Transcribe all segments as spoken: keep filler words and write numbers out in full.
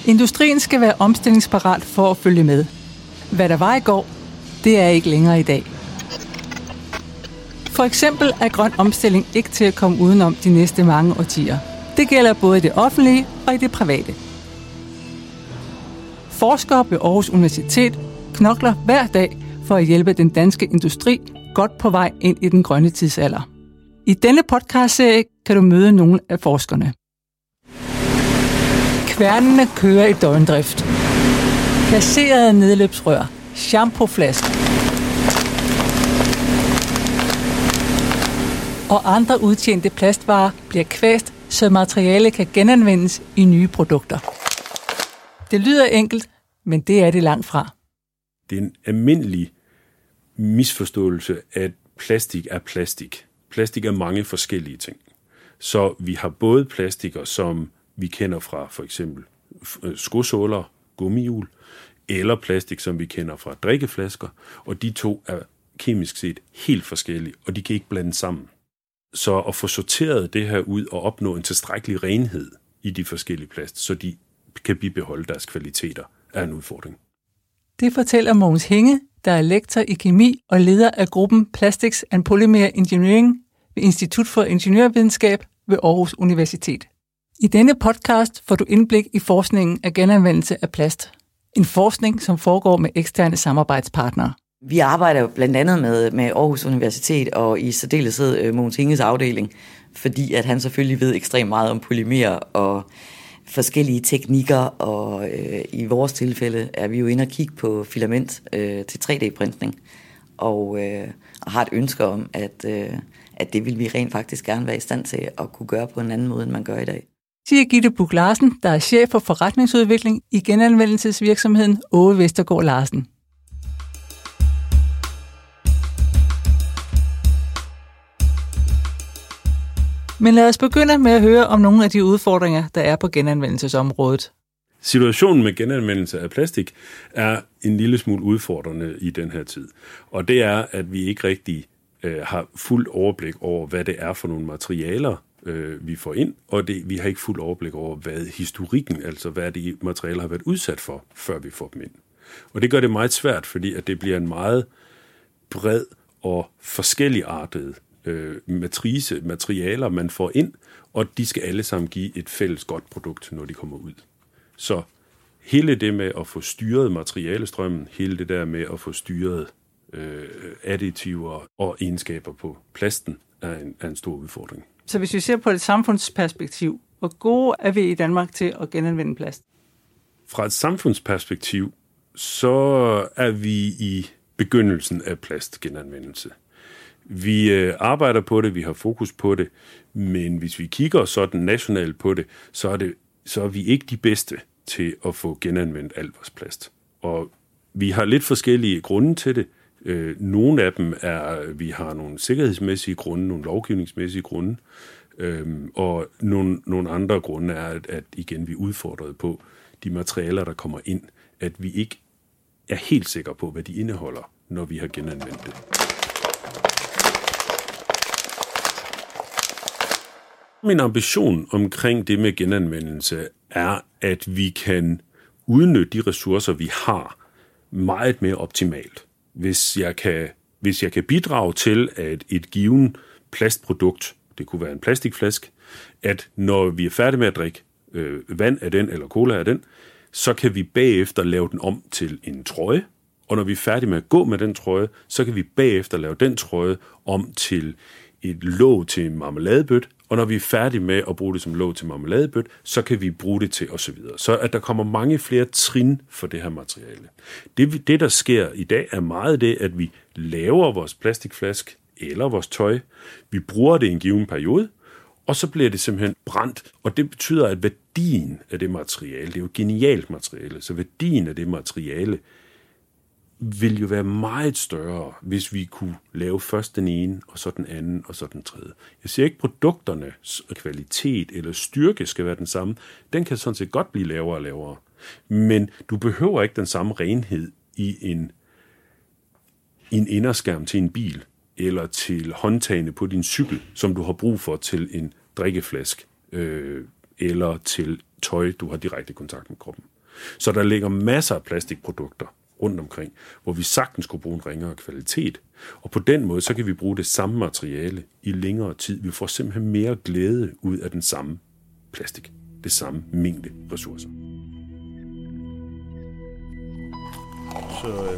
Industrien skal være omstillingsparat for at følge med. Hvad der var i går, det er ikke længere i dag. For eksempel er grøn omstilling ikke til at komme udenom de næste mange årtier. Det gælder både i det offentlige og i det private. Forskere ved Aarhus Universitet knokler hver dag for at hjælpe den danske industri godt på vej ind i den grønne tidsalder. I denne podcastserie kan du møde nogle af forskerne. Kværnene kører i døgndrift. Kasserede nedløbsrør, shampooflasker og andre udtjente plastvarer bliver kvæst, så materiale kan genanvendes i nye produkter. Det lyder enkelt, men det er det langt fra. Det er en almindelig misforståelse, at plastik er plastik. Plastik er mange forskellige ting. Så vi har både plastikker, som vi kender fra for eksempel skosåler, gummihjul, eller plastik, som vi kender fra drikkeflasker, og de to er kemisk set helt forskellige, og de kan ikke blande sammen. Så at få sorteret det her ud og opnå en tilstrækkelig renhed i de forskellige plast, så de kan bibeholde deres kvaliteter, er en udfordring. Det fortæller Mogens Hinge, der er lektor i kemi og leder af gruppen Plastics and Polymer Engineering ved Institut for Ingeniørvidenskab ved Aarhus Universitet. I denne podcast får du indblik i forskningen af genanvendelse af plast. En forskning, som foregår med eksterne samarbejdspartnere. Vi arbejder jo blandt andet med, med Aarhus Universitet og i særdeleshed Mogens Hinges afdeling, fordi at han selvfølgelig ved ekstremt meget om polymer og forskellige teknikker, og øh, i vores tilfælde er vi jo inde og kigge på filament øh, til tre D-printning, og, øh, og har et ønske om, at, øh, at det vil vi rent faktisk gerne være i stand til at kunne gøre på en anden måde, end man gør i dag. Siger Gitte Buch Larsen, der er chef for forretningsudvikling i genanvendelsesvirksomheden Aage Vestergaard Larsen. Men lad os begynde med at høre om nogle af de udfordringer, der er på genanvendelsesområdet. Situationen med genanvendelse af plastik er en lille smule udfordrende i den her tid. Og det er, at vi ikke rigtig øh, har fuld overblik over, hvad det er for nogle materialer, øh, vi får ind. Og det, vi har ikke fuld overblik over, hvad historikken, altså hvad de materialer har været udsat for, før vi får dem ind. Og det gør det meget svært, fordi at det bliver en meget bred og forskelligartet Øh, matrice, materialer, man får ind, og de skal alle sammen give et fælles godt produkt, når de kommer ud. Så hele det med at få styret materialestrømmen, hele det der med at få styret øh, additiver og egenskaber på plasten, er en, er en stor udfordring. Så hvis vi ser på et samfundsperspektiv, hvor gode er vi i Danmark til at genanvende plast? Fra et samfundsperspektiv, så er vi i begyndelsen af plastgenanvendelse. Vi øh, arbejder på det, vi har fokus på det, men hvis vi kigger sådan nationalt på det, så er, det, så er vi ikke de bedste til at få genanvendt al vores plast. Og vi har lidt forskellige grunde til det. Øh, nogle af dem er, vi har nogle sikkerhedsmæssige grunde, nogle lovgivningsmæssige grunde, øh, og nogle, nogle andre grunde er, at, at igen vi er udfordret på de materialer, der kommer ind, at vi ikke er helt sikre på, hvad de indeholder, når vi har genanvendt det. Min ambition omkring det med genanvendelse er, at vi kan udnytte de ressourcer, vi har, meget mere optimalt. Hvis jeg kan, hvis jeg kan bidrage til, at et given plastprodukt, det kunne være en plastikflaske, at når vi er færdige med at drikke øh, vand af den eller cola af den, så kan vi bagefter lave den om til en trøje, og når vi er færdige med at gå med den trøje, så kan vi bagefter lave den trøje om til et låg til en marmeladebøtte, og når vi er færdige med at bruge det som låg til marmeladebøtte, så kan vi bruge det til osv. Så at der kommer mange flere trin for det her materiale. Det, det, der sker i dag, er meget det, at vi laver vores plastikflaske eller vores tøj, vi bruger det i en given periode, og så bliver det simpelthen brændt. Og det betyder, at værdien af det materiale, det er jo genialt materiale, så værdien af det materiale vil jo være meget større, hvis vi kunne lave først den ene, og så den anden, og så den tredje. Jeg siger ikke, at produkternes kvalitet eller styrke skal være den samme. Den kan sådan set godt blive lavere og lavere. Men du behøver ikke den samme renhed i en, i en inderskærm til en bil, eller til håndtagene på din cykel, som du har brug for til en drikkeflaske, øh, eller til tøj, du har direkte kontakt med kroppen. Så der ligger masser af plastikprodukter rundt omkring, hvor vi sagtens kunne bruge en ringere kvalitet. Og på den måde, så kan vi bruge det samme materiale i længere tid. Vi får simpelthen mere glæde ud af den samme plastik. Det samme mængde ressourcer. Så... Øh...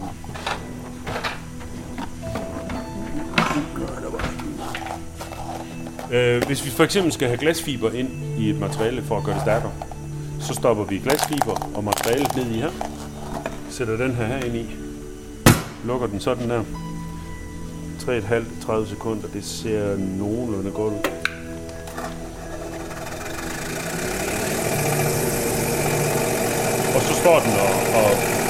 Øh, hvis vi for eksempel skal have glasfiber ind i et materiale for at gøre det stærkere, så stopper vi glasfiber og materialet ned i her. Sætter den her ind i. Lukker den sådan der. tre komma fem til tredive sekunder. Det ser nogenlunde godt ud. Og så står den og, og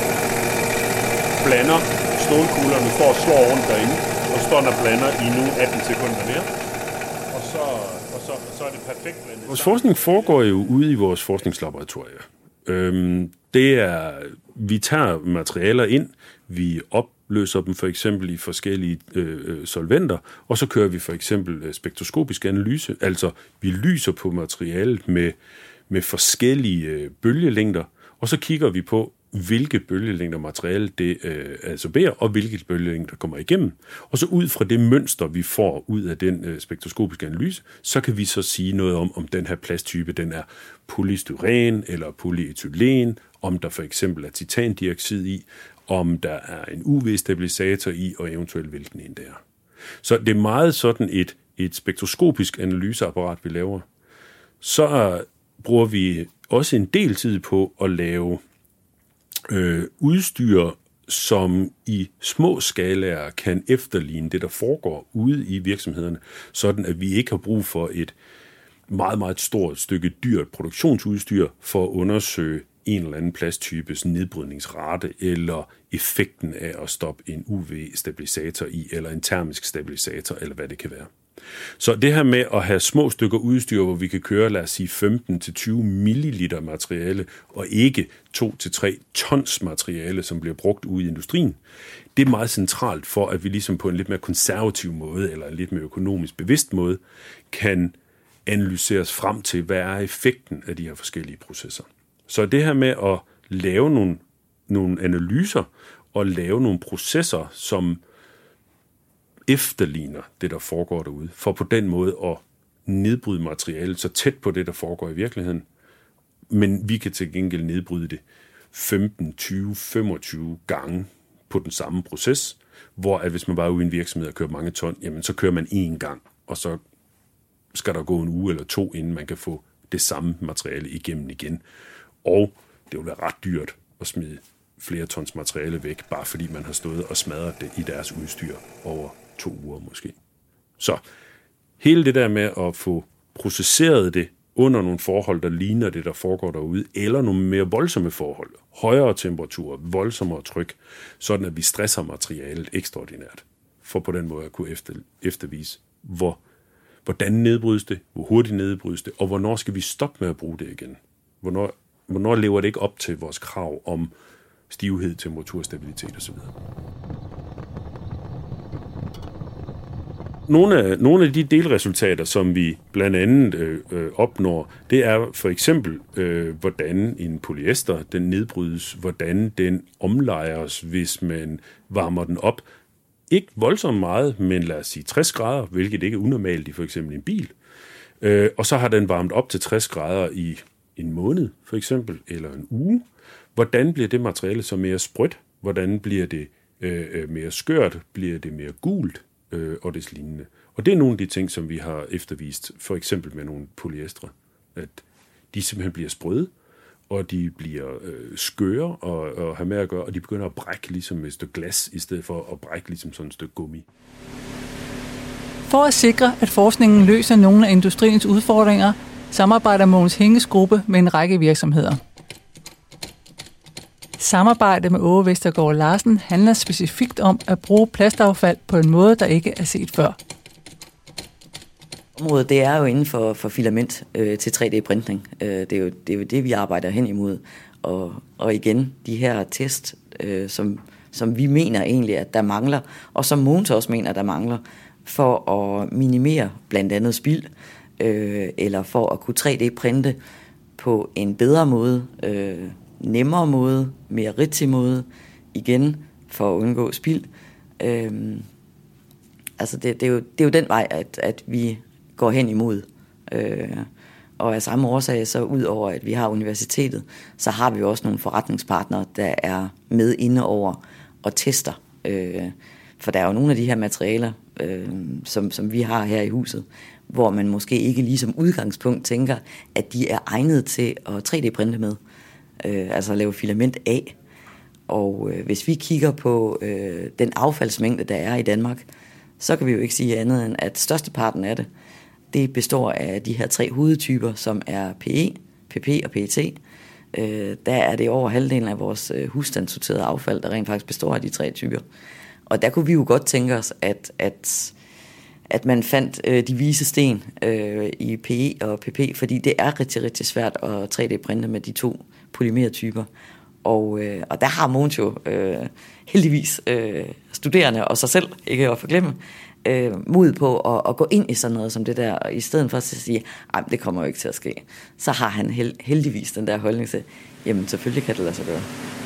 blander stålkuglerne. Står og slår rundt derinde. Og så står den og blander i nu atten sekunder mere. Og så, og så, så er det perfekt blandet. Vores forskning foregår jo ude i vores forskningslaboratorier. Øhm, det er, vi tager materialer ind, vi opløser dem for eksempel i forskellige øh, solventer, og så kører vi for eksempel spektroskopisk analyse, altså vi lyser på materialet med, med forskellige øh, bølgelængder, og så kigger vi på, hvilke bølgelængder materiale det øh, absorberer, og hvilke bølgelængder der kommer igennem. Og så ud fra det mønster, vi får ud af den øh, spektroskopiske analyse, så kan vi så sige noget om, om den her plasttype, den er polystyren eller polyetylen, om der for eksempel er titandioxid i, om der er en U V-stabilisator i, og eventuelt hvilken en det er. Så det er meget sådan et, et spektroskopisk analyseapparat, vi laver. Så bruger vi også en del tid på at lave Øh, udstyr, som i små skalaer kan efterligne det, der foregår ude i virksomhederne, sådan at vi ikke har brug for et meget, meget stort stykke dyrt produktionsudstyr for at undersøge en eller anden plasttypes nedbrydningsrate eller effekten af at stoppe en U V-stabilisator i, eller en termisk stabilisator, eller hvad det kan være. Så det her med at have små stykker udstyr, hvor vi kan køre, lad os sige, femten til tyve milliliter materiale, og ikke to til tre tons materiale, som bliver brugt ude i industrien, det er meget centralt for, at vi ligesom på en lidt mere konservativ måde, eller en lidt mere økonomisk bevidst måde, kan analyseres frem til, hvad er effekten af de her forskellige processer. Så det her med at lave nogle, nogle analyser, og lave nogle processer, som efterligner det, der foregår derude, for på den måde at nedbryde materialet så tæt på det, der foregår i virkeligheden. Men vi kan til gengæld nedbryde det femten, tyve, femogtyve gange på den samme proces, hvor at hvis man bare er ude i en virksomhed og kører mange ton, jamen så kører man én gang, og så skal der gå en uge eller to, inden man kan få det samme materiale igennem igen. Og det vil være ret dyrt at smide flere tons materiale væk, bare fordi man har stået og smadret det i deres udstyr over to uger måske. Så hele det der med at få processeret det under nogle forhold, der ligner det, der foregår derude, eller nogle mere voldsomme forhold, højere temperaturer, voldsommere tryk, sådan at vi stresser materialet ekstraordinært, for på den måde at kunne efter, eftervise, hvor, hvordan nedbrydes det, hvor hurtigt nedbrydes det, og hvornår skal vi stoppe med at bruge det igen. Hvornår, hvornår lever det ikke op til vores krav om stivhed, temperatur, stabilitet osv. Nogle af, nogle af de delresultater, som vi blandt andet øh, opnår, det er for eksempel, øh, hvordan en polyester den nedbrydes, hvordan den omlejres, hvis man varmer den op. Ikke voldsomt meget, men lad os sige tres grader, hvilket ikke er unormalt i for eksempel en bil. Øh, og så har den varmet op til tres grader i en måned, for eksempel, eller en uge. Hvordan bliver det materiale så mere sprødt? Hvordan bliver det øh, mere skørt? Bliver det mere gult? Øh, og det lignende. Og det er nogle af de ting, som vi har eftervist, for eksempel med nogle polyestre, at de simpelthen bliver sprøde, og de bliver øh, skøre og, og have med at gøre, og de begynder at brække ligesom et stykke glas, i stedet for at brække ligesom sådan et stykke gummi. For at sikre, at forskningen løser nogle af industriens udfordringer, samarbejder Mogens Hinges gruppe med en række virksomheder. Samarbejde med Åge Vestergaard Larsen handler specifikt om at bruge plastaffald på en måde, der ikke er set før. Området det er jo inden for, for filament øh, til tre D-printning. Øh, det, er jo, det er jo det, vi arbejder hen imod. Og, og igen, de her test, øh, som, som vi mener egentlig, at der mangler, og som Mogens også mener, der mangler, for at minimere blandt andet spild, øh, eller for at kunne tre D-printe på en bedre måde, øh, nemmere måde, mere rigtig måde, igen for at undgå spild. Øhm, altså det, det, er jo, det er jo den vej, at, at vi går hen imod. Øh, og af samme årsag, så ud over at vi har universitetet, så har vi også nogle forretningspartnere, der er med inde over og tester. Øh, for der er jo nogle af de her materialer, øh, som, som vi har her i huset, hvor man måske ikke lige som udgangspunkt tænker, at de er egnet til at tre D-printe med. Øh, altså lave filament af. Og øh, hvis vi kigger på øh, den affaldsmængde, der er i Danmark, så kan vi jo ikke sige andet end, at størsteparten af det, det består af de her tre hovedtyper, som er P E, P P og P E T. Øh, der er det over halvdelen af vores øh, husstandssorterede affald, der rent faktisk består af de tre typer. Og der kunne vi jo godt tænke os, at, at, at man fandt øh, de vise sten øh, i P E og P P, fordi det er rigtig, rigtig svært at tre D-printe med de to polymertyper. Og, øh, og der har Mogens jo øh, heldigvis øh, studerende og sig selv, ikke at forglemme, øh, mod på at, at gå ind i sådan noget som det der, og i stedet for at sige, nej, det kommer jo ikke til at ske, så har han held, heldigvis den der holdning til, jamen selvfølgelig kan det lade sig gøre.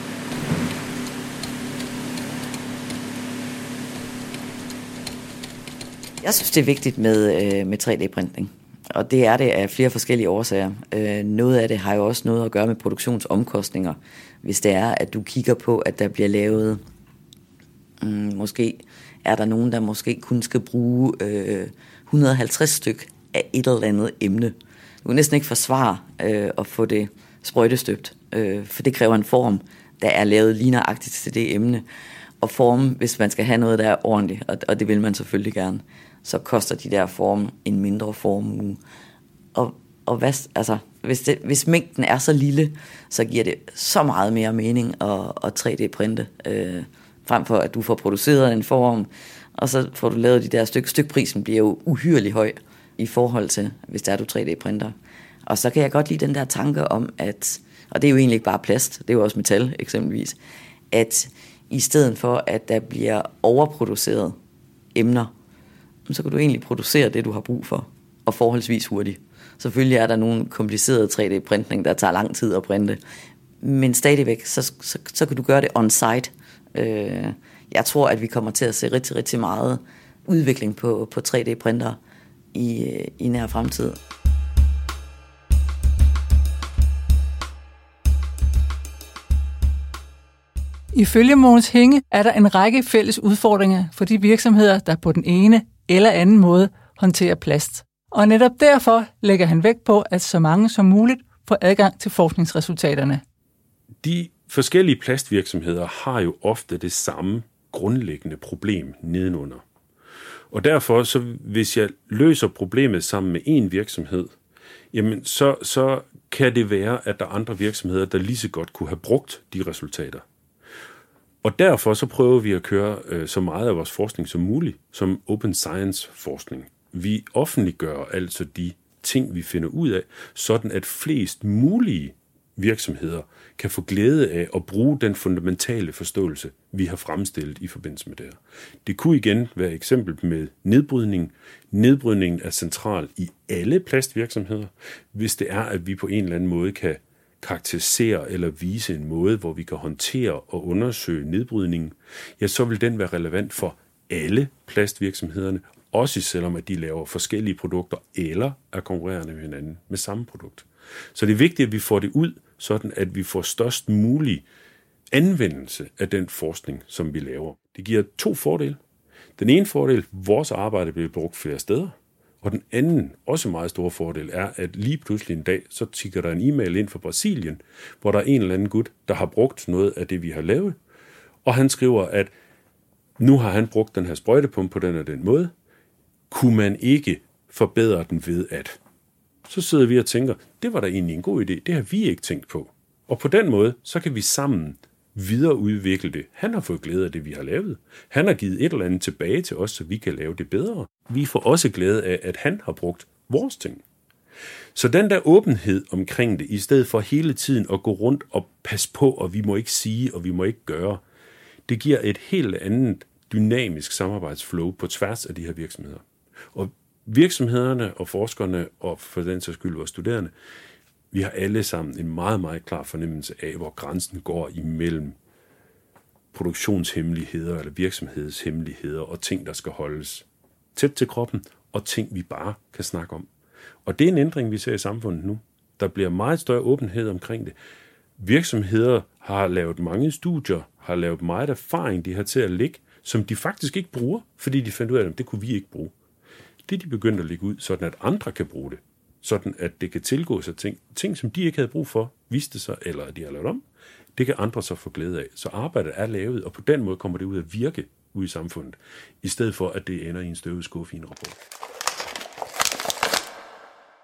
Jeg synes, det er vigtigt med, øh, med tre D-printning. Og det er det af flere forskellige årsager. Øh, noget af det har jo også noget at gøre med produktionsomkostninger. Hvis det er, at du kigger på, at der bliver lavet, mm, måske er der nogen, der måske kun skal bruge øh, et hundrede og halvtreds styk af et eller andet emne. Du kan næsten ikke forsvare øh, at få det sprøjtestøbt, øh, for det kræver en form, der er lavet lige nøjagtigt til det emne. Og form, hvis man skal have noget, der er ordentligt, og, og det vil man selvfølgelig gerne, så koster de der form en mindre formue. Og, og hvad, altså, hvis, det, hvis mængden er så lille, så giver det så meget mere mening at, at tre D-printe, øh, frem for at du får produceret en form, og så får du lavet de der stykker. Stykprisen bliver jo uhyrelig høj i forhold til, hvis der er du tre D-printer. Og så kan jeg godt lide den der tanke om, at, og det er jo egentlig ikke bare plast, det er jo også metal eksempelvis, at i stedet for, at der bliver overproduceret emner, så kan du egentlig producere det, du har brug for, og forholdsvis hurtigt. Selvfølgelig er der nogle komplicerede tre D-printning, der tager lang tid at printe, men stadigvæk, så, så, så kan du gøre det on-site. Øh, jeg tror, at vi kommer til at se rigtig, rigtig meget udvikling på, på tre D-printer i, i nær fremtid. Ifølge Mogens Hinge er der en række fælles udfordringer for de virksomheder, der på den ene eller anden måde håndterer plast. Og netop derfor lægger han vægt på, at så mange som muligt får adgang til forskningsresultaterne. De forskellige plastvirksomheder har jo ofte det samme grundlæggende problem nedenunder. Og derfor, så hvis jeg løser problemet sammen med en virksomhed, jamen så, så kan det være, at der er andre virksomheder, der lige så godt kunne have brugt de resultater. Og derfor så prøver vi at køre øh, så meget af vores forskning som muligt, som open science forskning. Vi offentliggør altså de ting, vi finder ud af, sådan at flest mulige virksomheder kan få glæde af at bruge den fundamentale forståelse, vi har fremstillet i forbindelse med det her. Det kunne igen være et eksempel med nedbrydning. Nedbrydningen er central i alle plastvirksomheder, hvis det er, at vi på en eller anden måde kan karakterisere eller vise en måde, hvor vi kan håndtere og undersøge nedbrydningen, ja, så vil den være relevant for alle plastvirksomhederne, også selvom at de laver forskellige produkter eller er konkurrerende med hinanden med samme produkt. Så det er vigtigt, at vi får det ud, sådan at vi får størst mulig anvendelse af den forskning, som vi laver. Det giver to fordele. Den ene fordel, vores arbejde bliver brugt flere steder, og den anden, også meget store fordel, er, at lige pludselig en dag, så tikker der en e-mail ind fra Brasilien, hvor der er en eller anden gut, der har brugt noget af det, vi har lavet, og han skriver, at nu har han brugt den her sprøjtepumpe på den og den måde. Kunne man ikke forbedre den ved at? Så sidder vi og tænker, det var da egentlig en god idé, det har vi ikke tænkt på. Og på den måde, så kan vi sammen videreudvikle det. Han har fået glæde af det, vi har lavet. Han har givet et eller andet tilbage til os, så vi kan lave det bedre. Vi får også glæde af, at han har brugt vores ting. Så den der åbenhed omkring det, i stedet for hele tiden at gå rundt og passe på, og vi må ikke sige, og vi må ikke gøre, det giver et helt andet dynamisk samarbejdsflow på tværs af de her virksomheder. Og virksomhederne og forskerne, og for den sags skyld vores studerende, Vi har alle sammen en meget, meget klar fornemmelse af, hvor grænsen går imellem produktionshemmeligheder eller virksomhedshemmeligheder og ting, der skal holdes tæt til kroppen, og ting, vi bare kan snakke om. Og det er en ændring, vi ser i samfundet nu. Der bliver meget større åbenhed omkring det. Virksomheder har lavet mange studier, har lavet meget erfaring, de har til at lægge, som de faktisk ikke bruger, fordi de fandt ud af, at det kunne vi ikke bruge. Det de begyndte at lægge ud, sådan at andre kan bruge det. Sådan at det kan tilgå sig ting, ting som de ikke havde brug for, viste sig, eller at de har lavet om, det kan andre så få glæde af. Så arbejdet er lavet, og på den måde kommer det ud at virke ude i samfundet, i stedet for at det ender i en støvet skuffe i en rapport.